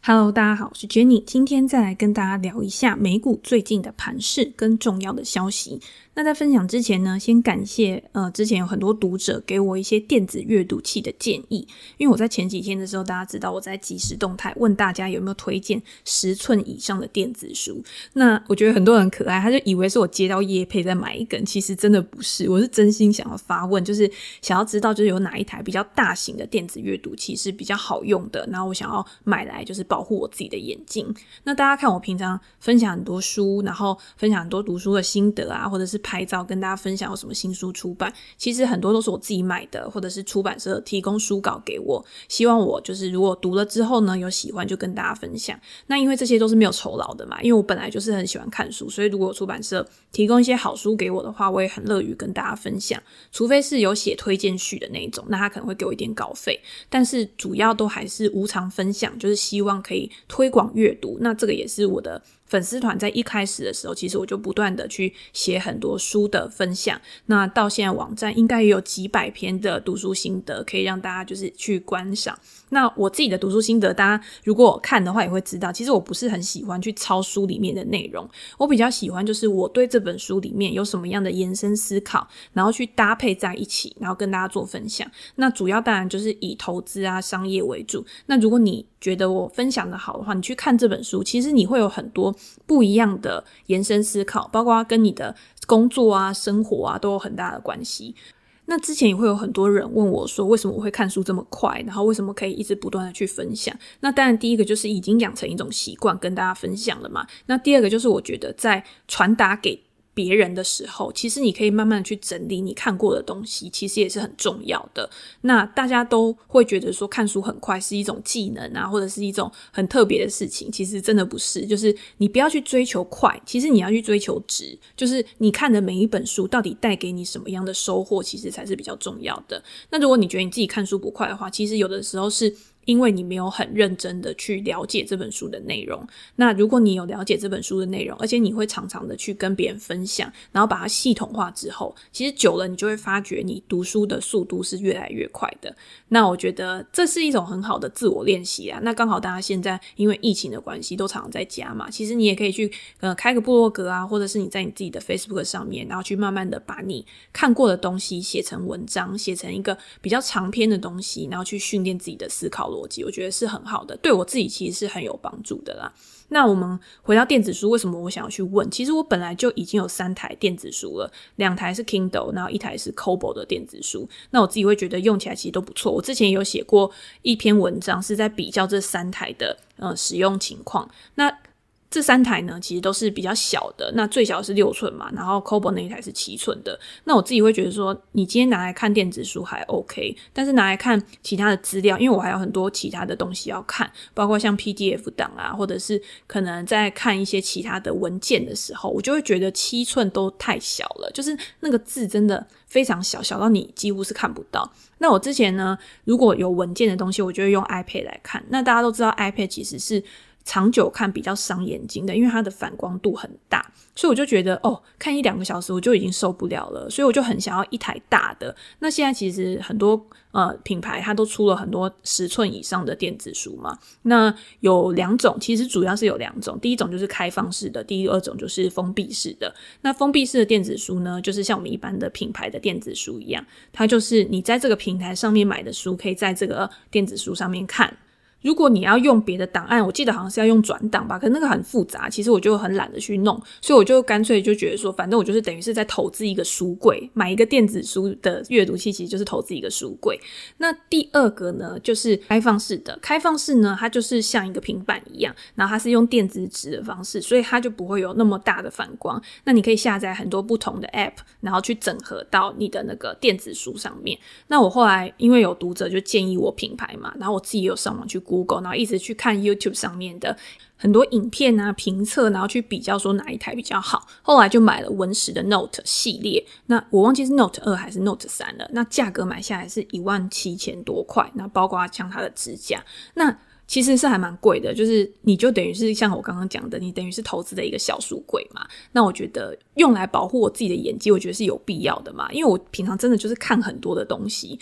Hello， 大家好，我是 Jenny， 今天再来跟大家聊一下美股最近的盘势跟重要的消息。那在分享之前呢，先感谢之前有很多读者给我一些电子阅读器的建议，因为我在前几天的时候，大家知道我在即时动态问大家有没有推荐10寸以上的电子书。那我觉得很多人很可爱，他就以为是我接到业配在买一根，其实真的不是，我是真心想要发问，就是想要知道就是有哪一台比较大型的电子阅读器是比较好用的，然后我想要买来就是保护我自己的眼睛。那大家看我平常分享很多书，然后分享很多读书的心得啊，或者是拍照跟大家分享有什么新书出版，其实很多都是我自己买的，或者是出版社提供书稿给我，希望我就是如果读了之后呢有喜欢就跟大家分享。那因为这些都是没有酬劳的嘛，因为我本来就是很喜欢看书，所以如果出版社提供一些好书给我的话，我也很乐于跟大家分享，除非是有写推荐序的那一种，那他可能会给我一点稿费，但是主要都还是无偿分享，就是希望可以推广阅读。那这个也是我的粉丝团在一开始的时候，其实我就不断的去写很多书的分享，那到现在网站应该也有几百篇的读书心得可以让大家就是去观赏。那我自己的读书心得，大家如果看的话也会知道，其实我不是很喜欢去抄书里面的内容，我比较喜欢就是我对这本书里面有什么样的延伸思考，然后去搭配在一起，然后跟大家做分享。那主要当然就是以投资啊商业为主，那如果你觉得我分享的好的话，你去看这本书，其实你会有很多不一样的延伸思考，包括跟你的工作啊生活啊都有很大的关系。那之前也会有很多人问我说为什么我会看书这么快，然后为什么可以一直不断的去分享。那当然第一个就是已经养成一种习惯跟大家分享了嘛，那第二个就是我觉得在传达给别人的时候，其实你可以慢慢的去整理你看过的东西，其实也是很重要的。那大家都会觉得说看书很快是一种技能啊，或者是一种很特别的事情，其实真的不是，就是你不要去追求快，其实你要去追求质，就是你看的每一本书到底带给你什么样的收获，其实才是比较重要的。那如果你觉得你自己看书不快的话，其实有的时候是因为你没有很认真的去了解这本书的内容。那如果你有了解这本书的内容，而且你会常常的去跟别人分享，然后把它系统化之后，其实久了你就会发觉你读书的速度是越来越快的。那我觉得这是一种很好的自我练习啊。那刚好大家现在因为疫情的关系都常常在家嘛，其实你也可以去开个部落格啊，或者是你在你自己的 Facebook 上面，然后去慢慢的把你看过的东西写成文章，写成一个比较长篇的东西，然后去训练自己的思考逻辑，我觉得是很好的，对我自己其实是很有帮助的啦。那我们回到电子书，为什么我想要去问？其实我本来就已经有3台电子书了，2台是 Kindle， 然后1台是 Kobo 的电子书。那我自己会觉得用起来其实都不错。我之前也有写过一篇文章，是在比较这3台的使用情况。那这3台呢其实都是比较小的，那最小的是6寸嘛，然后 Kobo 那一台是7寸的。那我自己会觉得说你今天拿来看电子书还 OK， 但是拿来看其他的资料，因为我还有很多其他的东西要看，包括像 PDF 档啊，或者是可能在看一些其他的文件的时候，我就会觉得7寸都太小了，就是那个字真的非常小，小到你几乎是看不到。那我之前呢如果有文件的东西，我就会用 iPad 来看。那大家都知道 iPad 其实是长久看比较伤眼睛的，因为它的反光度很大，所以我就觉得看1-2个小时我就已经受不了了，所以我就很想要一台大的。那现在其实很多品牌它都出了很多10寸以上的电子书嘛，那有2种，其实主要是有2种，第一种就是开放式的，第二种就是封闭式的。那封闭式的电子书呢，就是像我们一般的品牌的电子书一样，它就是你在这个平台上面买的书可以在这个电子书上面看。如果你要用别的档案，我记得好像是要用转档吧，可是那个很复杂，其实我就很懒得去弄，所以我就干脆就觉得说反正我就是等于是在投资一个书柜，买一个电子书的阅读器其实就是投资一个书柜。那第二个呢就是开放式的，开放式呢它就是像一个平板一样，然后它是用电子纸的方式，所以它就不会有那么大的反光。那你可以下载很多不同的 App， 然后去整合到你的那个电子书上面。那我后来因为有读者就建议我品牌嘛，然后我自己也有上网去Google， 然后一直去看 YouTube 上面的很多影片啊评测，然后去比较说哪一台比较好。后来就买了文石的 Note 系列，那我忘记是 Note 2还是 Note 3了，那价格买下来是17000多块，那包括像它的支架，那其实是还蛮贵的，就是你就等于是像我刚刚讲的，你等于是投资的一个小书柜嘛。那我觉得用来保护我自己的眼睛，我觉得是有必要的嘛，因为我平常真的就是看很多的东西，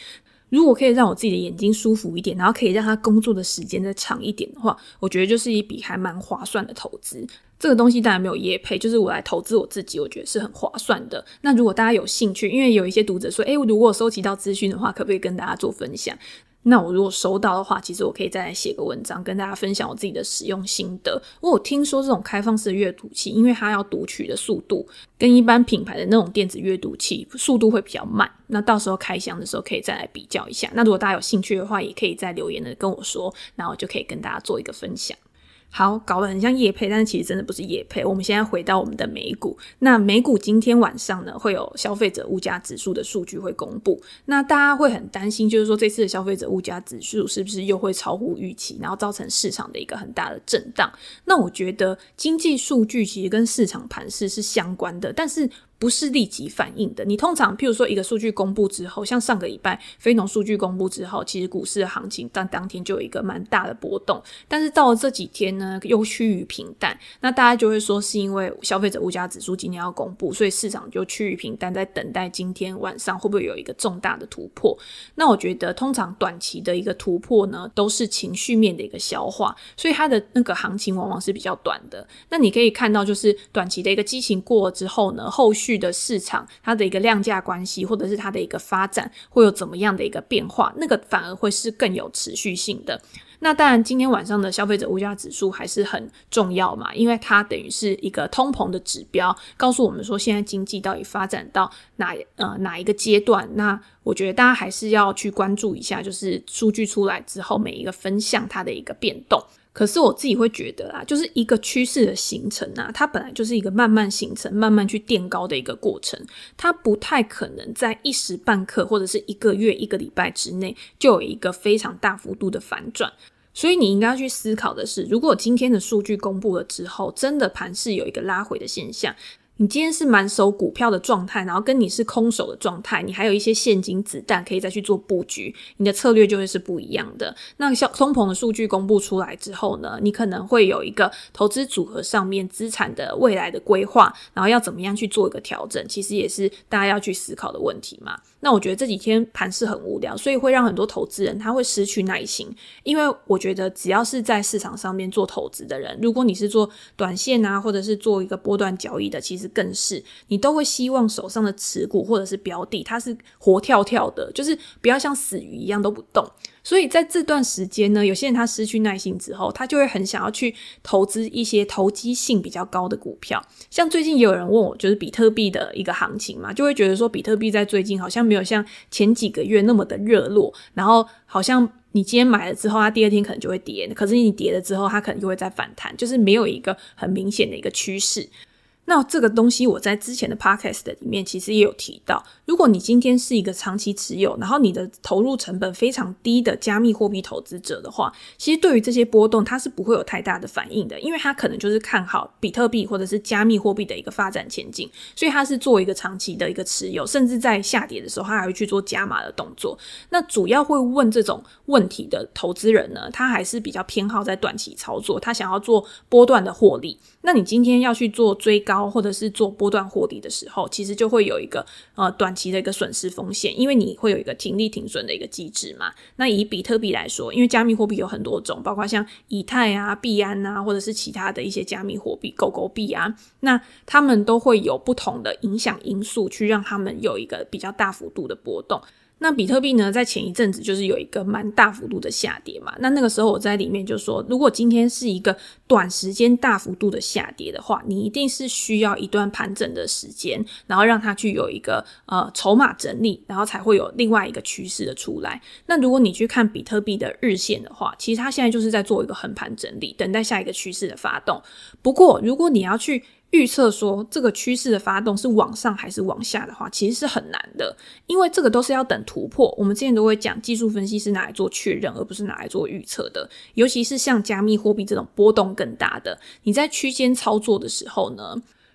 如果可以让我自己的眼睛舒服一点，然后可以让它工作的时间再长一点的话，我觉得就是一笔还蛮划算的投资。这个东西当然没有业配，就是我来投资我自己，我觉得是很划算的。那如果大家有兴趣，因为有一些读者说如果我收集到资讯的话，可不可以跟大家做分享？那我如果收到的话，其实我可以再来写个文章跟大家分享我自己的使用心得。我有听说这种开放式的阅读器，因为它要读取的速度跟一般品牌的那种电子阅读器速度会比较慢，那到时候开箱的时候可以再来比较一下。那如果大家有兴趣的话，也可以在留言的跟我说，然后就可以跟大家做一个分享。好，搞得很像业配，但是其实真的不是业配。我们现在回到我们的美股，那美股今天晚上呢，会有消费者物价指数的数据会公布。那大家会很担心，就是说这次的消费者物价指数是不是又会超乎预期，然后造成市场的一个很大的震荡。那我觉得经济数据其实跟市场盘势是相关的，但是不是立即反应的。你通常譬如说一个数据公布之后，像上个礼拜非农数据公布之后，其实股市的行情当天就有一个蛮大的波动，但是到了这几天呢又趋于平淡。那大家就会说是因为消费者物价指数今天要公布，所以市场就趋于平淡，在等待今天晚上会不会有一个重大的突破。那我觉得通常短期的一个突破呢，都是情绪面的一个消化，所以它的那个行情往往是比较短的。那你可以看到就是短期的一个激情过了之后呢，后续的市场它的一个量价关系或者是它的一个发展会有怎么样的一个变化，那个反而会是更有持续性的。那当然今天晚上的消费者物价指数还是很重要嘛，因为它等于是一个通膨的指标，告诉我们说现在经济到底发展到哪一个阶段。那我觉得大家还是要去关注一下，就是数据出来之后每一个分项它的一个变动。可是我自己会觉得啦，就是一个趋势的形成啊，它本来就是一个慢慢形成慢慢去垫高的一个过程，它不太可能在一时半刻或者是一个月一个礼拜之内就有一个非常大幅度的反转。所以你应该要去思考的是，如果今天的数据公布了之后，真的盘势有一个拉回的现象，你今天是满手股票的状态，然后跟你是空手的状态，你还有一些现金子弹可以再去做布局，你的策略就会是不一样的。那通膨的数据公布出来之后呢，你可能会有一个投资组合上面资产的未来的规划，然后要怎么样去做一个调整，其实也是大家要去思考的问题嘛。那我觉得这几天盘势很无聊，所以会让很多投资人他会失去耐心，因为我觉得只要是在市场上面做投资的人，如果你是做短线啊，或者是做一个波段交易的，其实更是你都会希望手上的持股或者是标的它是活跳跳的，就是不要像死鱼一样都不动。所以在这段时间呢，有些人他失去耐心之后，他就会很想要去投资一些投机性比较高的股票。像最近也有人问我就是比特币的一个行情嘛，就会觉得说比特币在最近好像没有像前几个月那么的热络，然后好像你今天买了之后它第二天可能就会跌，可是你跌了之后它可能就会再反弹，就是没有一个很明显的一个趋势。那这个东西我在之前的 podcast 里面其实也有提到，如果你今天是一个长期持有，然后你的投入成本非常低的加密货币投资者的话，其实对于这些波动它是不会有太大的反应的，因为它可能就是看好比特币或者是加密货币的一个发展前景，所以它是做一个长期的一个持有，甚至在下跌的时候它还会去做加码的动作。那主要会问这种问题的投资人呢，他还是比较偏好在短期操作，他想要做波段的获利。那你今天要去做追高或者是做波段获利的时候，其实就会有一个短期的一个损失风险，因为你会有一个停利停损的一个机制嘛。那以比特币来说，因为加密货币有很多种，包括像以太啊、币安啊，或者是其他的一些加密货币狗狗币啊，那他们都会有不同的影响因素去让他们有一个比较大幅度的波动。那比特币呢，在前一阵子就是有一个蛮大幅度的下跌嘛，那个时候我在里面就说，如果今天是一个短时间大幅度的下跌的话，你一定是需要一段盘整的时间，然后让它去有一个筹码整理，然后才会有另外一个趋势的出来。那如果你去看比特币的日线的话，其实它现在就是在做一个横盘整理，等待下一个趋势的发动。不过如果你要去预测说这个趋势的发动是往上还是往下的话，其实是很难的，因为这个都是要等突破。我们之前都会讲技术分析是拿来做确认，而不是拿来做预测的，尤其是像加密货币这种波动更大的，你在区间操作的时候呢，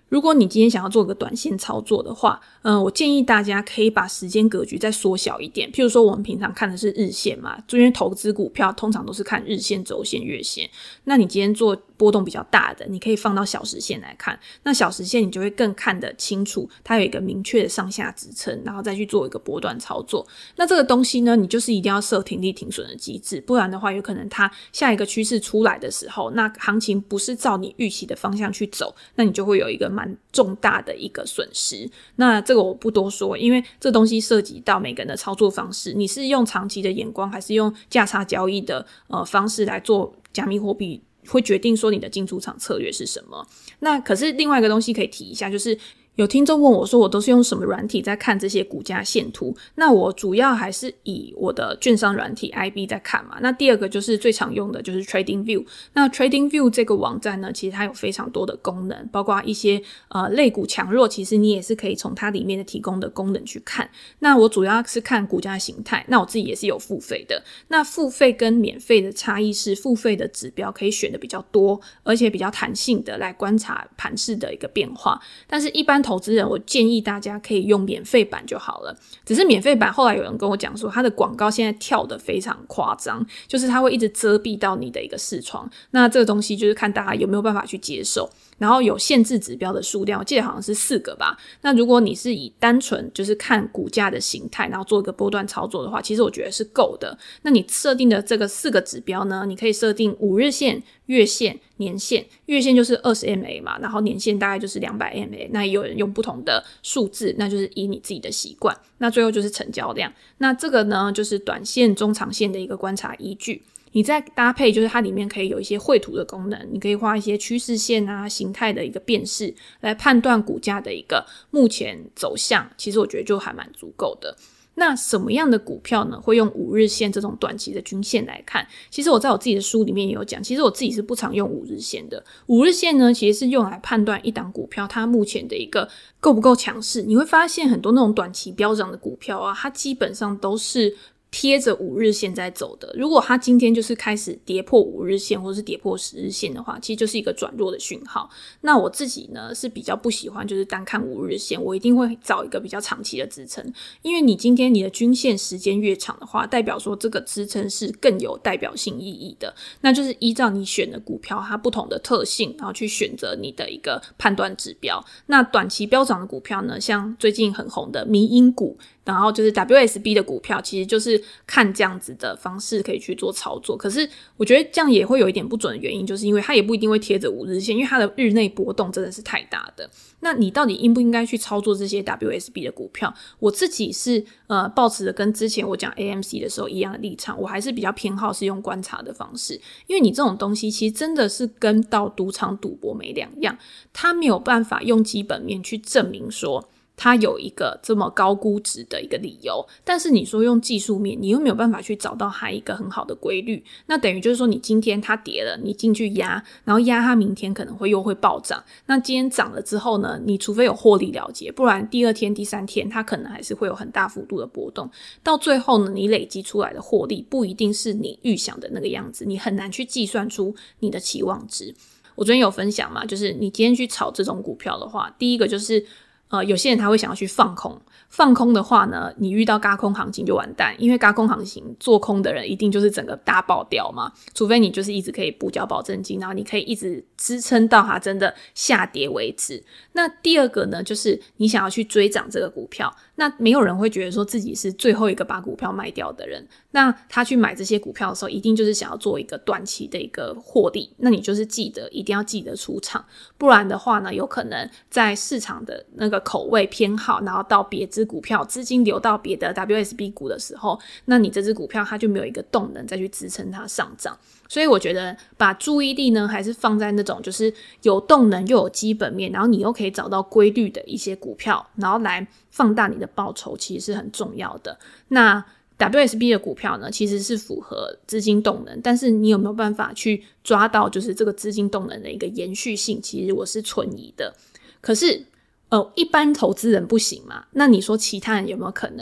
如果你今天想要做个短线操作的话，我建议大家可以把时间格局再缩小一点。譬如说我们平常看的是日线嘛，因为投资股票通常都是看日线、周线、月线。那你今天做波动比较大的，你可以放到小时线来看。那小时线你就会更看得清楚，它有一个明确的上下支撑，然后再去做一个波段操作。那这个东西呢，你就是一定要设停利停损的机制，不然的话有可能它下一个趋势出来的时候，那行情不是照你预期的方向去走，那你就会有一个蛮重大的一个损失。那这个我不多说，因为这东西涉及到每个人的操作方式，你是用长期的眼光还是用价差交易的方式来做加密货币，会决定说你的进出场策略是什么。那可是另外一个东西可以提一下，就是有听众问我说我都是用什么软体在看这些股价线图，那我主要还是以我的券商软体 IB 在看嘛。那第二个就是最常用的就是 TradingView。 那 TradingView 这个网站呢，其实它有非常多的功能，包括一些类股强弱，其实你也是可以从它里面的提供的功能去看。那我主要是看股价形态，那我自己也是有付费的。那付费跟免费的差异是，付费的指标可以选的比较多，而且比较弹性的来观察盘势的一个变化。但是一般投资人，我建议大家可以用免费版就好了。只是免费版后来有人跟我讲说，它的广告现在跳得非常夸张，就是它会一直遮蔽到你的一个视窗。那这个东西就是看大家有没有办法去接受。然后有限制指标的数量，我记得好像是4个吧。那如果你是以单纯就是看股价的形态，然后做一个波段操作的话，其实我觉得是够的。那你设定的这个4个指标呢，你可以设定5日线、月线、年线。月线就是20MA 嘛，然后年线大概就是200MA。那也有人用不同的数字，那就是以你自己的习惯。那最后就是成交量。那这个呢，就是短线、中长线的一个观察依据。你再搭配就是它里面可以有一些绘图的功能，你可以画一些趋势线啊、形态的一个辨识，来判断股价的一个目前走向，其实我觉得就还蛮足够的。那什么样的股票呢会用5日线这种短期的均线来看？其实我在我自己的书里面也有讲，其实我自己是不常用5日线的。5日线呢，其实是用来判断一档股票它目前的一个够不够强势。你会发现很多那种短期飙涨的股票啊，它基本上都是贴着5日线在走的。如果它今天就是开始跌破5日线或是跌破10日线的话，其实就是一个转弱的讯号。那我自己呢是比较不喜欢就是单看5日线，我一定会找一个比较长期的支撑。因为你今天你的均线时间越长的话，代表说这个支撑是更有代表性意义的。那就是依照你选的股票它不同的特性，然后去选择你的一个判断指标。那短期飙涨的股票呢，像最近很红的迷因股，然后就是 WSB 的股票，其实就是看这样子的方式可以去做操作。可是我觉得这样也会有一点不准的原因，就是因为它也不一定会贴着5日线，因为它的日内波动真的是太大的。那你到底应不应该去操作这些 WSB 的股票？我自己是抱持的跟之前我讲 AMC 的时候一样的立场，我还是比较偏好是用观察的方式。因为你这种东西其实真的是跟到赌场赌博没两样，它没有办法用基本面去证明说它有一个这么高估值的一个理由，但是你说用技术面，你又没有办法去找到它一个很好的规律。那等于就是说你今天它跌了，你进去压，然后压它明天可能又会暴涨。那今天涨了之后呢，你除非有获利了结，不然第2天第3天它可能还是会有很大幅度的波动。到最后呢，你累积出来的获利不一定是你预想的那个样子，你很难去计算出你的期望值。我昨天有分享嘛，就是你今天去炒这种股票的话，第一个就是有些人他会想要去放空的话呢，你遇到軋空行情就完蛋，因为軋空行情做空的人一定就是整个大爆掉嘛，除非你就是一直可以补缴保证金，然后你可以一直支撑到它真的下跌为止。那第二个呢，就是你想要去追涨这个股票，那没有人会觉得说自己是最后一个把股票卖掉的人，那他去买这些股票的时候一定就是想要做一个短期的一个获利，那你就是一定要记得出场，不然的话呢，有可能在市场的那个口味偏好，然后到别支股票资金流到别的 WSB 股的时候，那你这支股票它就没有一个动能再去支撑它上涨。所以我觉得把注意力呢还是放在那种就是有动能又有基本面，然后你又可以找到规律的一些股票，然后来放大你的报酬，其实是很重要的。那 WSB 的股票呢其实是符合资金动能，但是你有没有办法去抓到就是这个资金动能的一个延续性，其实我是存疑的。可是一般投资人不行嘛，那你说其他人有没有可能？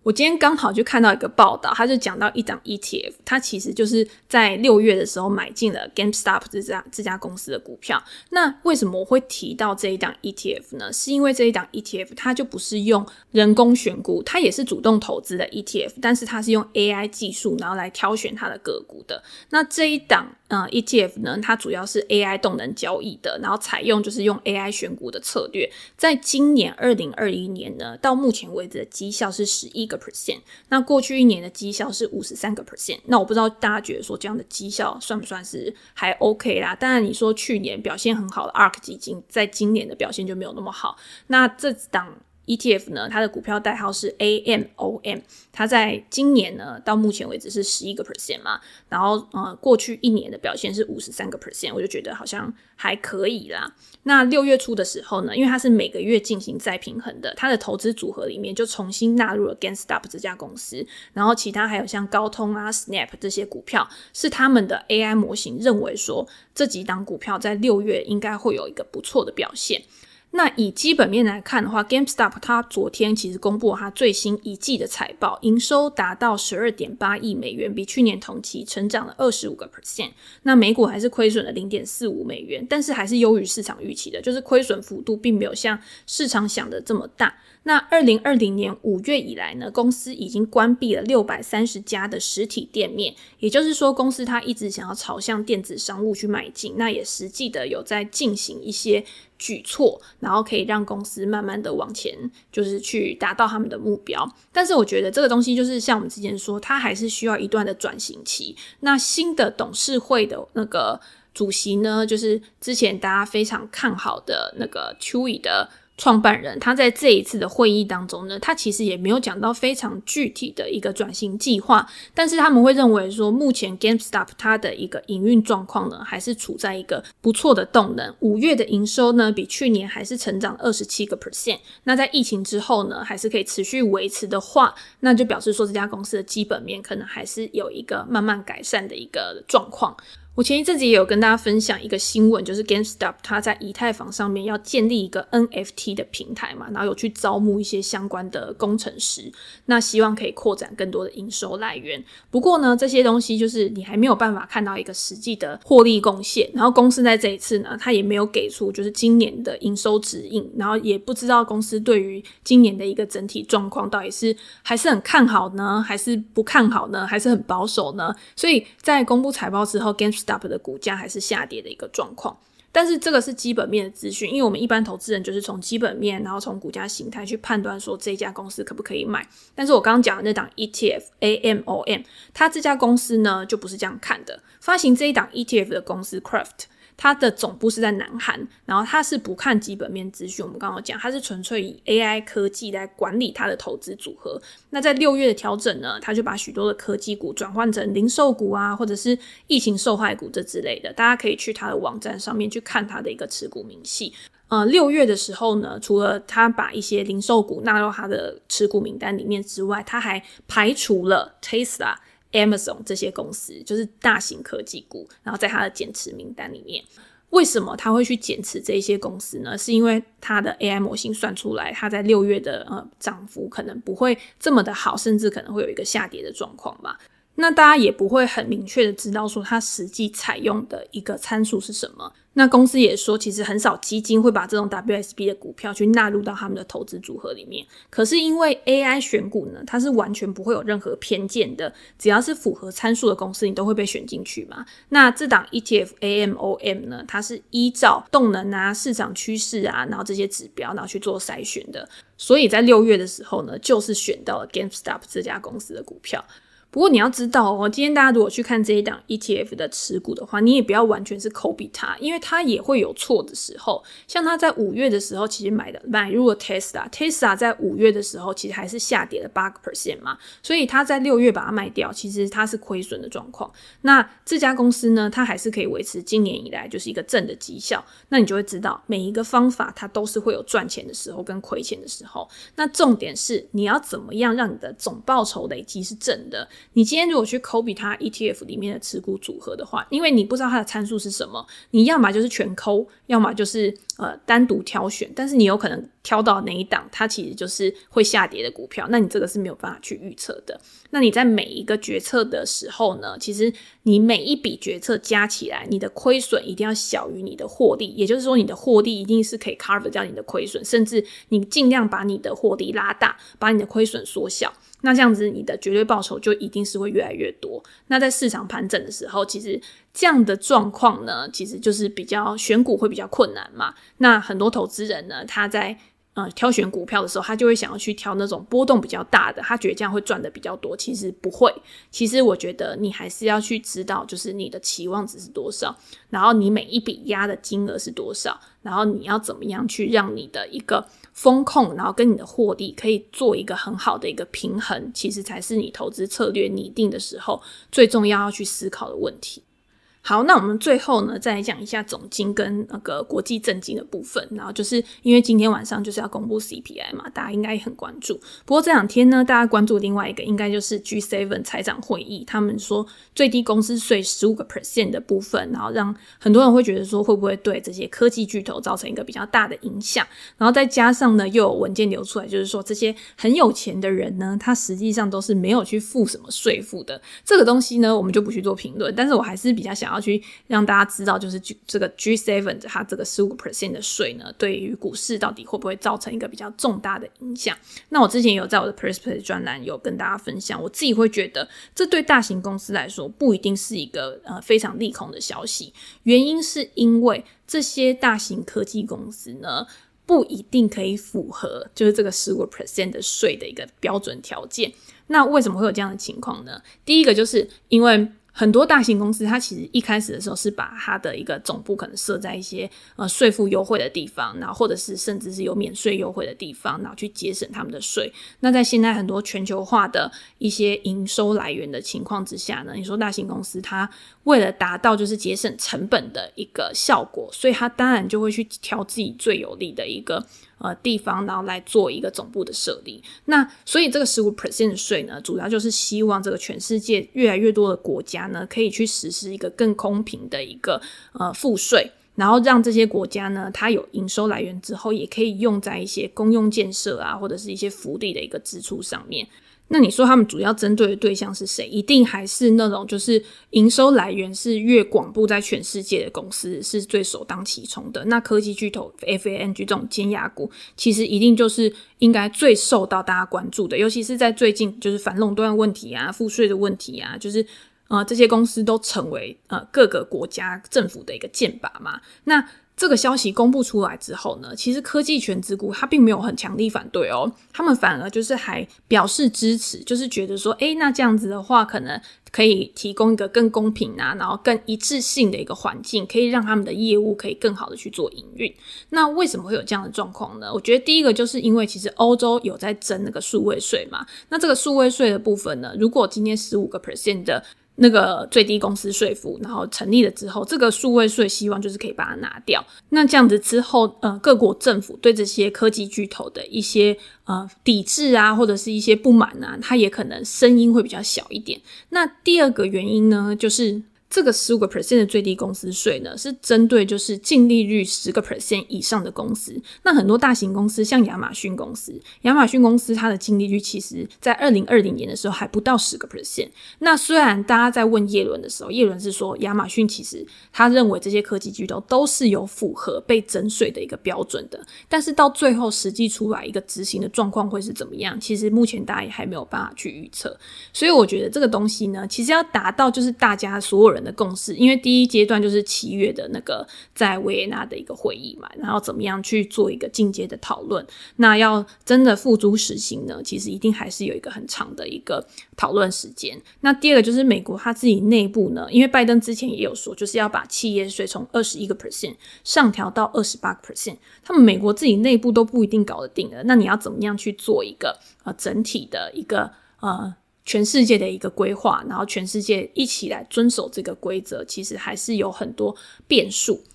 我今天刚好就看到一个报道，他就讲到一档 ETF， 它其实就是在6月的时候买进了 GameStop 这家公司的股票。那为什么我会提到这一档 ETF 呢？是因为这一档 ETF 它就不是用人工选股，它也是主动投资的 ETF， 但是它是用 AI 技术然后来挑选它的个股的。那这一档ETF 呢，它主要是 AI 动能交易的，然后采用就是用 AI 选股的策略。在今年2021年呢，到目前为止的绩效是11%，那过去一年的绩效是53%。那我不知道大家觉得说这样的绩效算不算是还 OK 啦？当然你说去年表现很好的 ARK 基金，在今年的表现就没有那么好。那这档ETF 呢，它的股票代号是 AMOM， 它在今年呢到目前为止是11% 嘛，然后过去一年的表现是53%，我就觉得好像还可以啦。那6月初的时候呢，因为它是每个月进行再平衡的，它的投资组合里面就重新纳入了 GameStop 这家公司，然后其他还有像高通啊 Snap 这些股票，是他们的 AI 模型认为说这几档股票在6月应该会有一个不错的表现。那以基本面来看的话， GameStop 它昨天其实公布了它最新一季的财报，营收达到 12.8 亿美元，比去年同期成长了 25%。 那每股还是亏损了 0.45 美元，但是还是优于市场预期的，就是亏损幅度并没有像市场想的这么大。那2020年5月以来呢，公司已经关闭了630家的实体店面，也就是说公司它一直想要朝向电子商务去迈进，那也实际的有在进行一些举措，然后可以让公司慢慢的往前，就是去达到他们的目标。但是我觉得这个东西就是像我们之前说，它还是需要一段的转型期。那新的董事会的那个主席呢，就是之前大家非常看好的那个 Chewy 的创办人，他在这一次的会议当中呢，他其实也没有讲到非常具体的一个转型计划，但是他们会认为说目前 GameStop 它的一个营运状况呢，还是处在一个不错的动能。5月的营收呢，比去年还是成长 27%， 那在疫情之后呢，还是可以持续维持的话，那就表示说这家公司的基本面可能还是有一个慢慢改善的一个状况。我前一阵子也有跟大家分享一个新闻，就是 GameStop 它在以太坊上面要建立一个 NFT 的平台嘛，然后有去招募一些相关的工程师，那希望可以扩展更多的营收来源。不过呢，这些东西就是你还没有办法看到一个实际的获利贡献，然后公司在这一次呢，它也没有给出就是今年的营收指引，然后也不知道公司对于今年的一个整体状况到底是还是很看好呢，还是不看好呢，还是很保守呢？所以在公布财报之后， GameStop的股价还是下跌的一个状况。但是这个是基本面的资讯，因为我们一般投资人就是从基本面，然后从股价形态去判断说这家公司可不可以买。但是我刚刚讲的那档 ETF AMOM， 它这家公司呢就不是这样看的。发行这一档 ETF 的公司 Craft，它的总部是在南韩，然后它是不看基本面资讯，我们刚刚讲它是纯粹以 AI 科技来管理它的投资组合。那在6月的调整呢，它就把许多的科技股转换成零售股啊，或者是疫情受害股这之类的，大家可以去它的网站上面去看它的一个持股明细。6月的时候呢，除了他把一些零售股纳入他的持股名单里面之外，他还排除了 Tesla、Amazon 这些公司，就是大型科技股，然后在他的减持名单里面。为什么他会去减持这些公司呢？是因为他的 AI 模型算出来，他在6月的涨幅可能不会这么的好，甚至可能会有一个下跌的状况吧。那大家也不会很明确的知道说它实际采用的一个参数是什么。那公司也说其实很少基金会把这种 WSB 的股票去纳入到他们的投资组合里面，可是因为 AI 选股呢，它是完全不会有任何偏见的，只要是符合参数的公司你都会被选进去嘛。那这档 ETF AMOM 呢，它是依照动能啊、市场趋势啊，然后这些指标然后去做筛选的，所以在6月的时候呢，就是选到了 GameStop 这家公司的股票。不过你要知道哦，今天大家如果去看这一档 ETF 的持股的话，你也不要完全是 copy 它，因为它也会有错的时候。像它在5月的时候其实买入了 Tesla 在5月的时候其实还是下跌了 8% 嘛，所以它在6月把它卖掉，其实它是亏损的状况。那这家公司呢，它还是可以维持今年以来就是一个正的绩效，那你就会知道每一个方法它都是会有赚钱的时候跟亏钱的时候。那重点是你要怎么样让你的总报酬累积是正的。你今天如果去 copy 它 ETF 里面的持股组合的话，因为你不知道它的参数是什么，你要么就是全抠，要么就是单独挑选，但是你有可能挑到哪一档它其实就是会下跌的股票，那你这个是没有办法去预测的。那你在每一个决策的时候呢，其实你每一笔决策加起来，你的亏损一定要小于你的获利，也就是说你的获利一定是可以 cover 掉你的亏损，甚至你尽量把你的获利拉大，把你的亏损缩小，那这样子你的绝对报酬就一定是会越来越多。那在市场盘整的时候，其实这样的状况呢，其实就是比较选股会比较困难嘛。那很多投资人呢，他在挑选股票的时候，他就会想要去挑那种波动比较大的，他觉得这样会赚的比较多。其实不会，其实我觉得你还是要去知道，就是你的期望值是多少，然后你每一笔压的金额是多少，然后你要怎么样去让你的一个风控，然后跟你的获利可以做一个很好的一个平衡，其实才是你投资策略拟定的时候最重要去思考的问题。好，那我们最后呢，再来讲一下总经跟那个国际政经的部分。然后就是因为今天晚上就是要公布 CPI 嘛，大家应该也很关注。不过这两天呢，大家关注另外一个应该就是 G7 财长会议，他们说最低公司税 15% 的部分，然后让很多人会觉得说会不会对这些科技巨头造成一个比较大的影响。然后再加上呢，又有文件流出来，就是说这些很有钱的人呢，他实际上都是没有去付什么税负的。这个东西呢，我们就不去做评论，但是我还是比较想要去让大家知道，就是这个 G7 它这个 15% 的税呢，对于股市到底会不会造成一个比较重大的影响。那我之前有在我的 Perspective 专栏有跟大家分享，我自己会觉得这对大型公司来说不一定是一个非常利空的消息，原因是因为这些大型科技公司呢不一定可以符合就是这个 15% 的税的一个标准条件。那为什么会有这样的情况呢？第一个就是因为很多大型公司它其实一开始的时候是把它的一个总部可能设在一些税负优惠的地方，然后或者是甚至是有免税优惠的地方，然后去节省他们的税。那在现在很多全球化的一些营收来源的情况之下呢，你说大型公司它为了达到就是节省成本的一个效果，所以它当然就会去挑自己最有利的一个地方，然后来做一个总部的设立。那所以这个 15% 的税呢，主要就是希望这个全世界越来越多的国家呢，可以去实施一个更公平的一个赋税，然后让这些国家呢，它有营收来源之后，也可以用在一些公用建设啊，或者是一些福利的一个支出上面。那你说他们主要针对的对象是谁？一定还是那种就是营收来源是越广布在全世界的公司是最首当其冲的。那科技巨头 FANG 这种尖牙股其实一定就是应该最受到大家关注的，尤其是在最近就是反垄断问题啊、赋税的问题啊，就是这些公司都成为各个国家政府的一个箭靶嘛。那这个消息公布出来之后呢，其实科技权值股它并没有很强力反对哦，他们反而就是还表示支持，就是觉得说那这样子的话可能可以提供一个更公平啊，然后更一致性的一个环境，可以让他们的业务可以更好的去做营运。那为什么会有这样的状况呢？我觉得第一个就是因为其实欧洲有在征那个数位税嘛，那这个数位税的部分呢，如果今天 15% 的那个最低公司税负然后成立了之后，这个数位税希望就是可以把它拿掉。那这样子之后各国政府对这些科技巨头的一些抵制啊，或者是一些不满啊，它也可能声音会比较小一点。那第二个原因呢，就是这个 15% 的最低公司税呢，是针对就是净利率 10% 以上的公司。那很多大型公司像亚马逊公司它的净利率其实在2020年的时候还不到 10%。那虽然大家在问叶伦的时候，叶伦是说亚马逊其实他认为这些科技巨头都是有符合被征税的一个标准的，但是到最后实际出来一个执行的状况会是怎么样，其实目前大家也还没有办法去预测。所以我觉得这个东西呢，其实要达到就是大家所有人的共识，因为第一阶段就是7月的那个在维也纳的一个会议嘛，然后怎么样去做一个进阶的讨论，那要真的付诸实行呢，其实一定还是有一个很长的一个讨论时间。那第二个就是美国他自己内部呢，因为拜登之前也有说就是要把企业税从 21% 上调到 28%， 他们美国自己内部都不一定搞得定了，那你要怎么样去做一个整体的一个全世界的一个规划，然后全世界一起来遵守这个规则，其实还是有很多变数。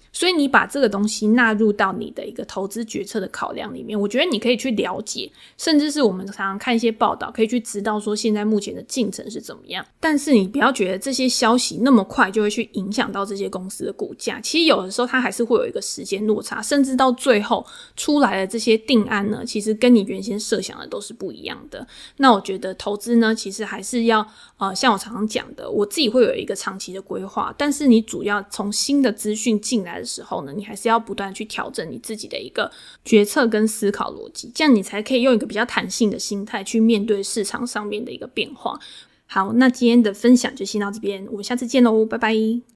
所以你把这个东西纳入到你的一个投资决策的考量里面，我觉得你可以去了解，甚至是我们常常看一些报道可以去知道说现在目前的进程是怎么样。但是你不要觉得这些消息那么快就会去影响到这些公司的股价，其实有的时候它还是会有一个时间落差，甚至到最后出来的这些定案呢，其实跟你原先设想的都是不一样的。那我觉得投资呢，其实还是要像我常常讲的，我自己会有一个长期的规划，但是你主要从新的资讯进来的时候呢，你还是要不断去调整你自己的一个决策跟思考逻辑，这样你才可以用一个比较弹性的心态去面对市场上面的一个变化。好，那今天的分享就先到这边，我们下次见咯，拜拜。